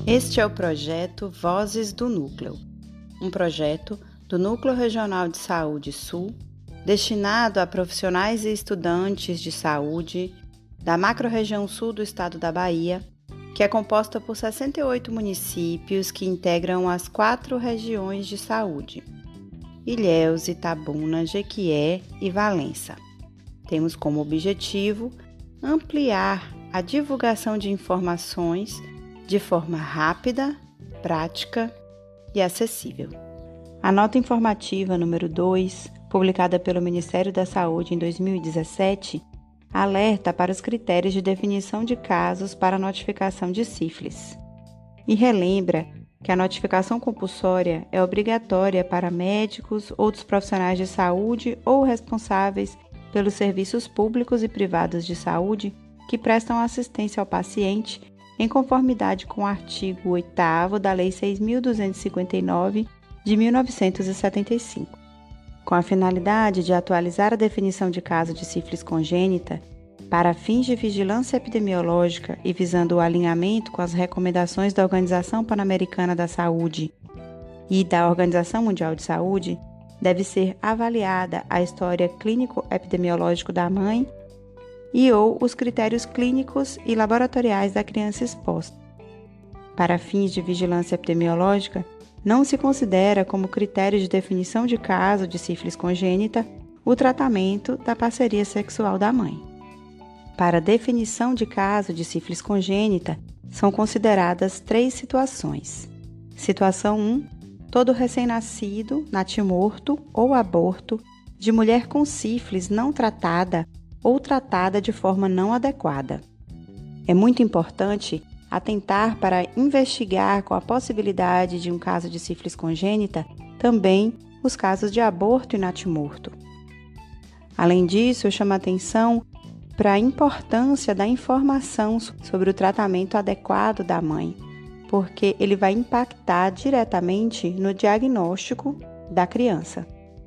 Este é o projeto Vozes do Núcleo, um projeto do Núcleo Regional de Saúde Sul, destinado a profissionais e estudantes de saúde da macro-região sul do estado da Bahia, que é composta por 68 municípios que integram as 4 regiões de saúde: Ilhéus, Itabuna, Jequié e Valença. Temos como objetivo ampliar a divulgação de informações de forma rápida, prática e acessível. A nota informativa número 2, publicada pelo Ministério da Saúde em 2017, alerta para os critérios de definição de casos para notificação de sífilis e relembra que a notificação compulsória é obrigatória para médicos, outros profissionais de saúde ou responsáveis pelos serviços públicos e privados de saúde que prestam assistência ao paciente em conformidade com o artigo 8º da Lei 6.259 de 1975. Com a finalidade de atualizar a definição de caso de sífilis congênita para fins de vigilância epidemiológica e visando o alinhamento com as recomendações da Organização Pan-Americana da Saúde e da Organização Mundial de Saúde, deve ser avaliada a história clínico-epidemiológica da mãe e ou os critérios clínicos e laboratoriais da criança exposta. Para fins de vigilância epidemiológica, não se considera como critério de definição de caso de sífilis congênita o tratamento da parceria sexual da mãe. Para definição de caso de sífilis congênita, são consideradas 3 situações. Situação 1, todo recém-nascido, natimorto ou aborto de mulher com sífilis não tratada ou tratada de forma não adequada. É muito importante atentar para investigar com a possibilidade de um caso de sífilis congênita também os casos de aborto e natimorto. Além disso, eu chamo a atenção para a importância da informação sobre o tratamento adequado da mãe, porque ele vai impactar diretamente no diagnóstico da criança.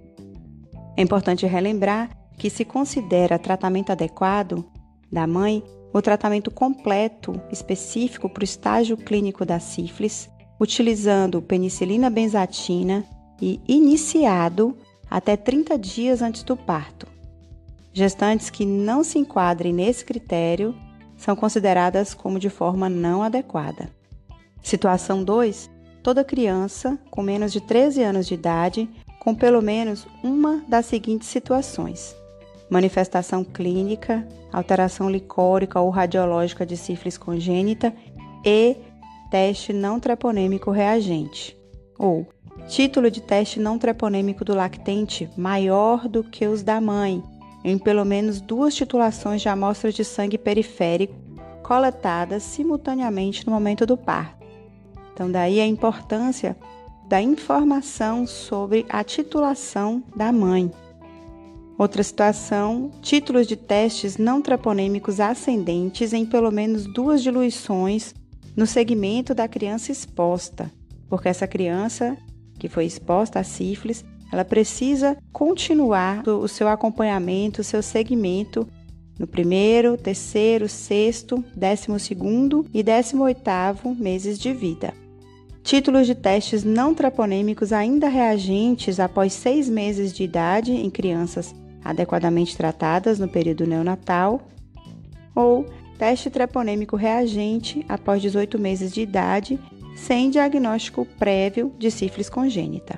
É importante relembrar que se considera tratamento adequado da mãe o tratamento completo específico para o estágio clínico da sífilis, utilizando penicilina benzatina e iniciado até 30 dias antes do parto. Gestantes que não se enquadrem nesse critério são consideradas como de forma não adequada. Situação 2. Toda criança com menos de 13 anos de idade com pelo menos uma das seguintes situações: manifestação clínica, alteração licórica ou radiológica de sífilis congênita e teste não treponêmico reagente, ou título de teste não treponêmico do lactente maior do que os da mãe, em pelo menos 2 titulações de amostras de sangue periférico coletadas simultaneamente no momento do parto. Então, daí a importância da informação sobre a titulação da mãe. Outra situação, títulos de testes não treponêmicos ascendentes em pelo menos 2 diluições no segmento da criança exposta, porque essa criança que foi exposta à sífilis, ela precisa continuar o seu acompanhamento, o seu segmento no 1º, 3º, 6º, 12º e 18º meses de vida. Títulos de testes não treponêmicos ainda reagentes após 6 meses de idade em crianças adequadamente tratadas no período neonatal, ou teste treponêmico reagente após 18 meses de idade sem diagnóstico prévio de sífilis congênita.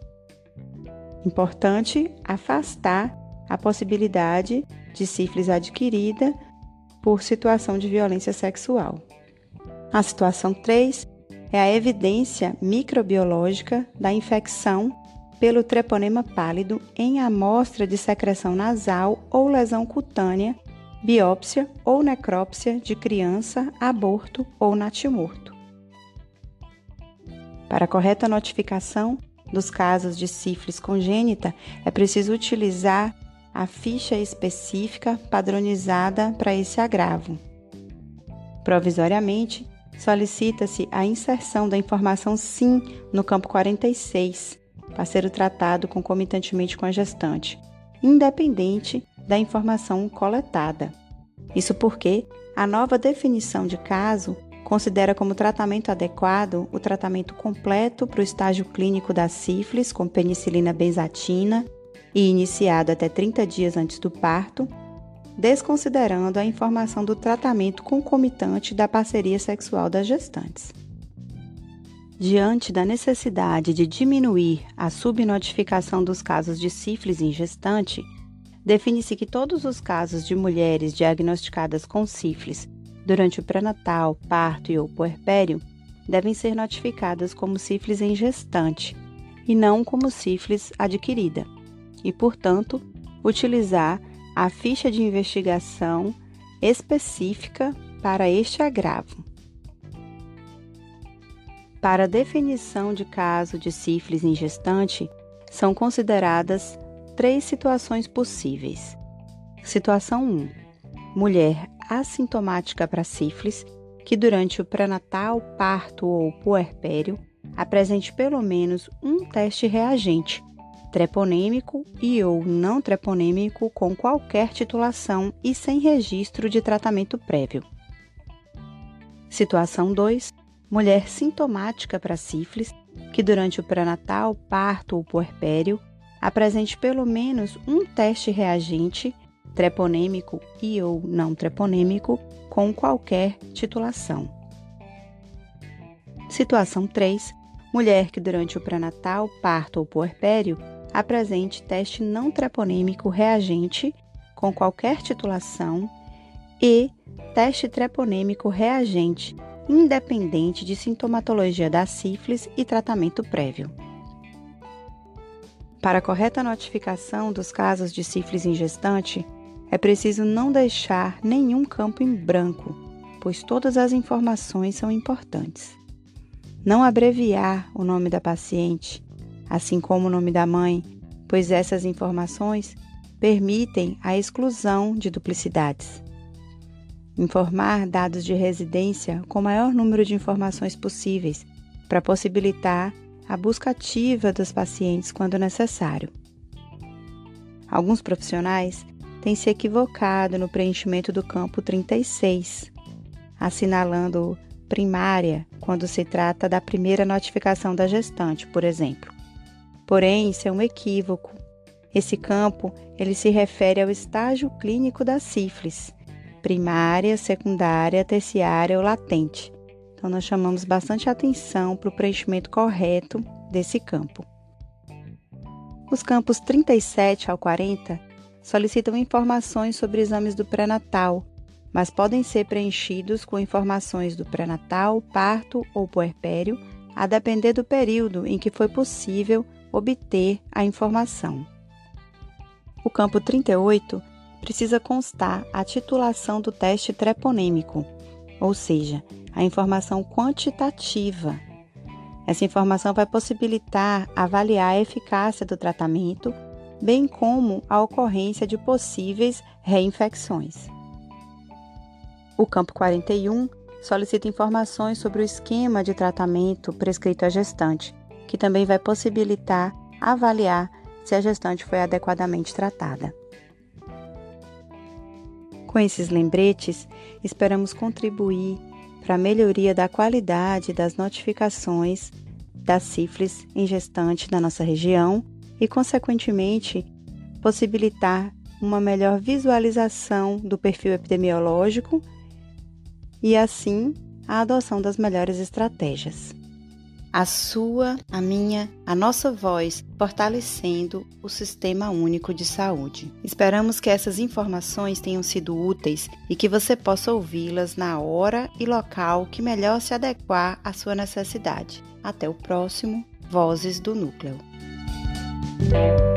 Importante afastar a possibilidade de sífilis adquirida por situação de violência sexual. A situação 3 é a evidência microbiológica da infecção pelo treponema pálido em amostra de secreção nasal ou lesão cutânea, biópsia ou necrópsia de criança, aborto ou natimorto. Para a correta notificação dos casos de sífilis congênita, é preciso utilizar a ficha específica padronizada para esse agravo. Provisoriamente, solicita-se a inserção da informação SIM no campo 46, para ser tratado concomitantemente com a gestante, independente da informação coletada. Isso porque a nova definição de caso considera como tratamento adequado o tratamento completo para o estágio clínico da sífilis com penicilina benzatina e iniciado até 30 dias antes do parto, desconsiderando a informação do tratamento concomitante da parceria sexual das gestantes. Diante da necessidade de diminuir a subnotificação dos casos de sífilis em gestante, define-se que todos os casos de mulheres diagnosticadas com sífilis durante o pré-natal, parto e ou puerpério devem ser notificadas como sífilis em gestante e não como sífilis adquirida, e, portanto, utilizar a ficha de investigação específica para este agravo. Para a definição de caso de sífilis em gestante, são consideradas 3 situações possíveis. Situação 1. Mulher assintomática para sífilis, que durante o pré-natal, parto ou puerpério apresente pelo menos um teste reagente, treponêmico e ou não treponêmico com qualquer titulação e sem registro de tratamento prévio. Situação 2. Mulher sintomática para sífilis, que durante o pré-natal, parto ou puerpério apresente pelo menos um teste reagente, treponêmico e ou não treponêmico, com qualquer titulação. Situação 3. Mulher que durante o pré-natal, parto ou puerpério apresente teste não treponêmico reagente, com qualquer titulação, e teste treponêmico reagente, independente de sintomatologia da sífilis e tratamento prévio. Para a correta notificação dos casos de sífilis em gestante, é preciso não deixar nenhum campo em branco, pois todas as informações são importantes. Não abreviar o nome da paciente, assim como o nome da mãe, pois essas informações permitem a exclusão de duplicidades. Informar dados de residência com o maior número de informações possíveis, para possibilitar a busca ativa dos pacientes quando necessário. Alguns profissionais têm se equivocado no preenchimento do campo 36, assinalando primária quando se trata da primeira notificação da gestante, por exemplo. Porém, isso é um equívoco. Esse campo ele se refere ao estágio clínico da sífilis, primária, secundária, terciária ou latente. Então, nós chamamos bastante atenção para o preenchimento correto desse campo. Os campos 37 ao 40 solicitam informações sobre exames do pré-natal, mas podem ser preenchidos com informações do pré-natal, parto ou puerpério, a depender do período em que foi possível obter a informação. O campo 38 precisa constar a titulação do teste treponêmico, ou seja, a informação quantitativa. Essa informação vai possibilitar avaliar a eficácia do tratamento, bem como a ocorrência de possíveis reinfecções. O campo 41 solicita informações sobre o esquema de tratamento prescrito à gestante, que também vai possibilitar avaliar se a gestante foi adequadamente tratada. Com esses lembretes, esperamos contribuir para a melhoria da qualidade das notificações da sífilis em gestante na nossa região e, consequentemente, possibilitar uma melhor visualização do perfil epidemiológico e, assim, a adoção das melhores estratégias. A sua, a minha, a nossa voz, fortalecendo o Sistema Único de Saúde. Esperamos que essas informações tenham sido úteis e que você possa ouvi-las na hora e local que melhor se adequar à sua necessidade. Até o próximo Vozes do Núcleo.